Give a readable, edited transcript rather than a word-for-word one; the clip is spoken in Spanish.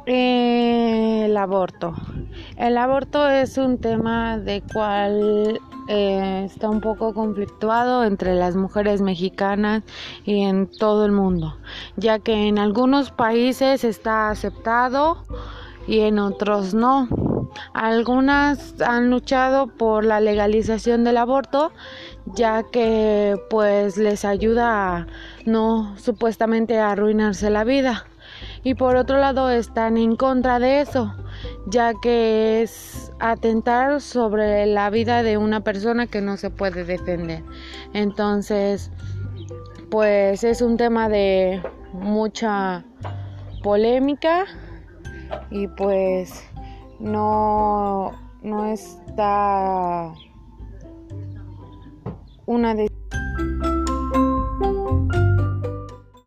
El aborto. El aborto es un tema de cual está un poco conflictuado entre las mujeres mexicanas y en todo el mundo, ya que en algunos países está aceptado y en otros no. Algunas han luchado por la legalización del aborto, ya que pues les ayuda a no supuestamente a arruinarse la vida. Y por otro lado están en contra de eso, ya que es atentar sobre la vida de una persona que no se puede defender. Entonces, pues es un tema de mucha polémica y pues no está una decisión